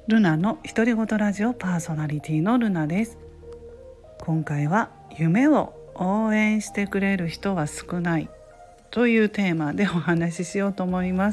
ルナの独り言ラジオパーソナリティのルナです。今回は夢を応援してくれる人は少ないというテーマでお話ししようと思います。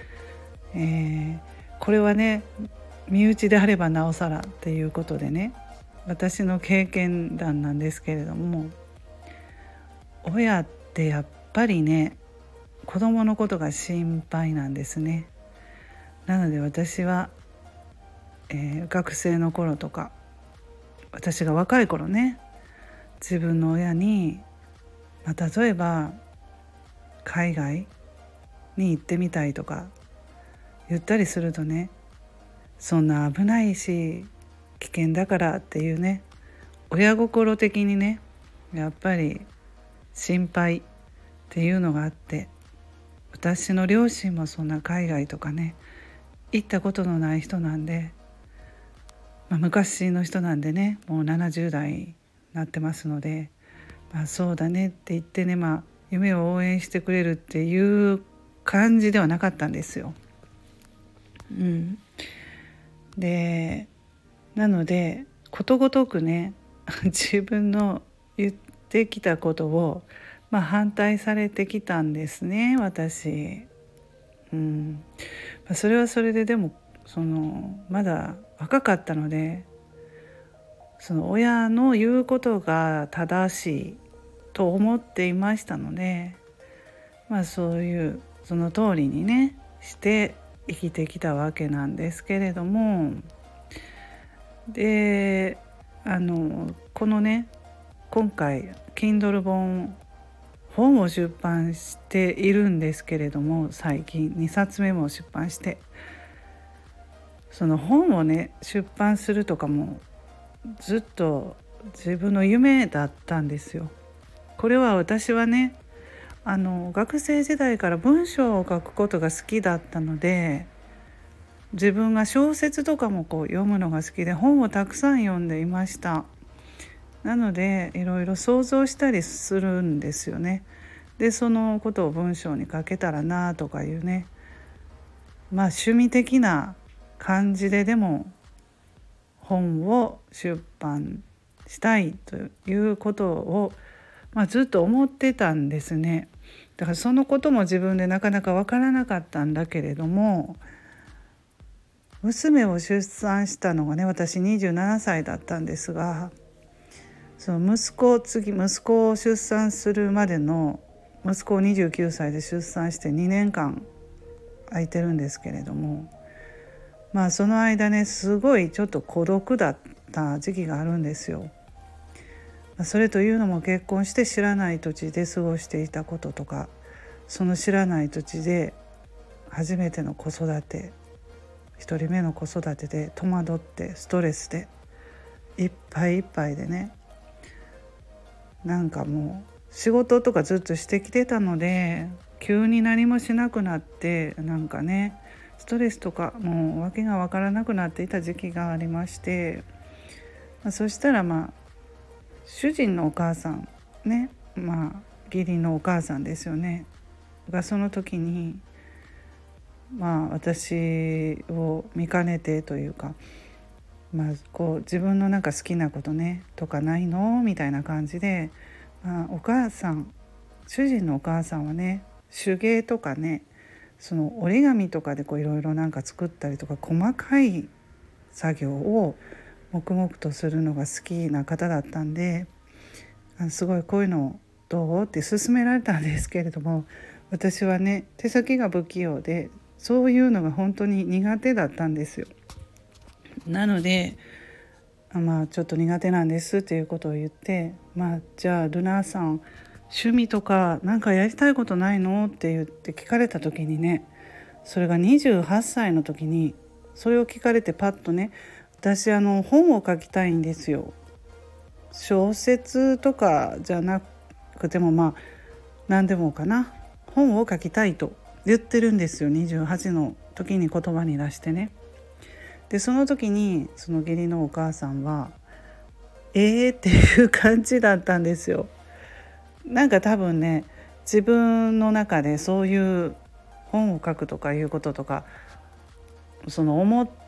これはね、身内であればなおさらっていうことでね、私の経験談なんですけれども、親ってやっぱりね、子供のことが心配なんですね。なので私は学生の頃とか、私が若い頃ね、自分の親に、例えば海外に行ってみたいとか言ったりするとね、そんな危ないし危険だからっていうね、親心的にね、やっぱり心配っていうのがあって、私の両親もそんな海外とかね行ったことのない人なんで、昔の人なんでね、もう70代になってますので、そうだねって言ってね、夢を応援してくれるっていう感じではなかったんですよ。で、なのでことごとくね自分の言ってきたことを、反対されてきたんですね、私。それはそれで、でもまだ若かったので、その親の言うことが正しいと思っていましたので、そういうその通りにねして生きてきたわけなんですけれども、でこのね、今回 Kindle 本を出版しているんですけれども、最近2冊目も出版して、その本をね出版するとかもずっと自分の夢だったんですよ。これは私はね、学生時代から文章を書くことが好きだったので、自分が小説とかも読むのが好きで、本をたくさん読んでいました。なのでいろいろ想像したりするんですよね。でそのことを文章に書けたらなとかいうね、趣味的な感じでも本を出版したいということを、ずっと思ってたんですね。だからそのことも自分でなかなか分からなかったんだけれども、娘を出産したのがね、私27歳だったんですが、その息子を出産するまでの、息子を29歳で出産して2年間空いてるんですけれども、その間ね、すごいちょっと孤独だった時期があるんですよ。それというのも、結婚して知らない土地で過ごしていたこととか、その知らない土地で初めての子育て、一人目の子育てで戸惑って、ストレスでいっぱいいっぱいでね、もう仕事とかずっとしてきてたので、急に何もしなくなって、ストレスとかもう訳が分からなくなっていた時期がありまして、そしたら主人のお母さんね、義理のお母さんですよねが、その時に私を見かねてというか、自分の好きなことねとかないのみたいな感じで、お母さん、主人のお母さんはね、手芸とかね、その折り紙とかでいろいろ作ったりとか、細かい作業を黙々とするのが好きな方だったんで、すごいこういうのどうって勧められたんですけれども、私はね、手先が不器用で、そういうのが本当に苦手だったんですよ。なのでちょっと苦手なんですっていうことを言って、じゃあルナさん、趣味とかやりたいことないのって言って聞かれた時にね、それが28歳の時にそれを聞かれて、パッとね、私本を書きたいんですよ。小説とかじゃなくても何でもかな、本を書きたいと言ってるんですよ、28の時に言葉に出してね。でその時にその義理のお母さんはっていう感じだったんですよ。多分ね、自分の中でそういう本を書くとかいうこととか、思っ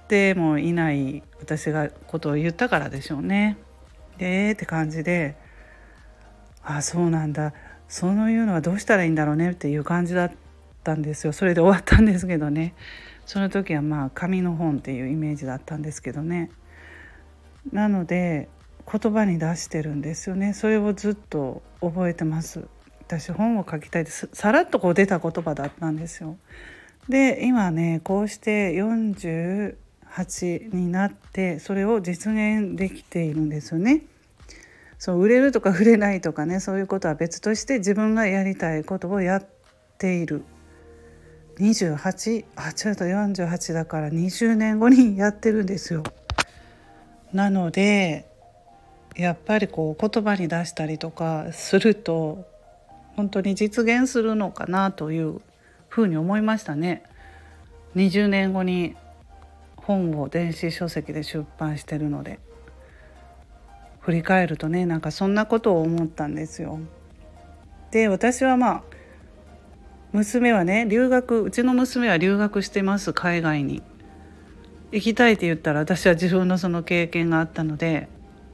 ってもいない私がことを言ったからでしょうね。でって感じで、あ、そうなんだ、そういうのはどうしたらいいんだろうねっていう感じだったんですよ。それで終わったんですけどね。その時は紙の本っていうイメージだったんですけどね。なので言葉に出してるんですよね。それをずっと覚えてます。私本を書きたいです。さらっと出た言葉だったんですよ。で今ねこうして48になってそれを実現できているんですよね。そう売れるとか売れないとかね、そういうことは別として自分がやりたいことをやっている。28、ちょっと48だから20年後にやってるんですよ。なのでやっぱり言葉に出したりとかすると本当に実現するのかなというふうに思いましたね。20年後に本を電子書籍で出版してるので、振り返るとね、なんかそんなことを思ったんですよ。で私は娘はねうちの娘は留学してます。海外に行きたいって言ったら私は自分のその経験があったので、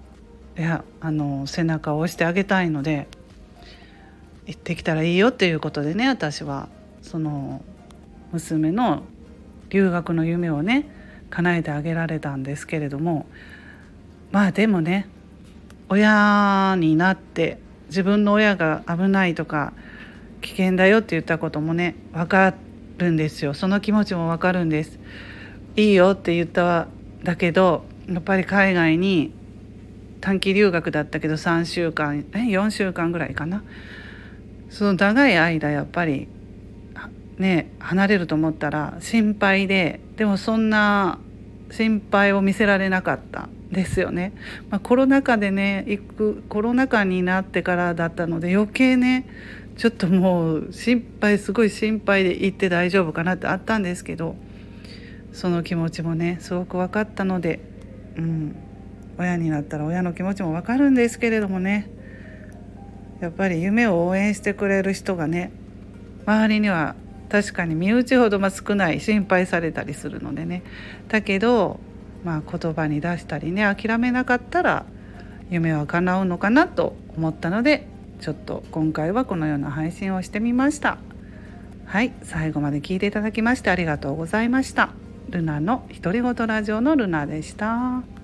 背中を押してあげたいので行ってきたらいいよっていうことでね、私はその娘の留学の夢をね叶えてあげられたんですけれども、でもね、親になって自分の親が危ないとか危険だよって言ったこともね分かるんですよ。その気持ちも分かるんです。いいよって言っただけど、やっぱり海外に短期留学だったけど3週間4週間ぐらいかな、その長い間やっぱりね離れると思ったら心配で、でもそんな心配を見せられなかったですよね。コロナ禍でねコロナ禍になってからだったので余計ねちょっともうすごい心配で行って大丈夫かなってあったんですけど、その気持ちもねすごく分かったので、親になったら親の気持ちも分かるんですけれどもね、やっぱり夢を応援してくれる人がね周りには確かに身内ほど少ない、心配されたりするのでね。だけど言葉に出したりね諦めなかったら夢は叶うのかなと思ったので、ちょっと今回はこのような配信をしてみました。はい、最後まで聞いていただきましてありがとうございました。ルナの独り言ラジオのルナでした。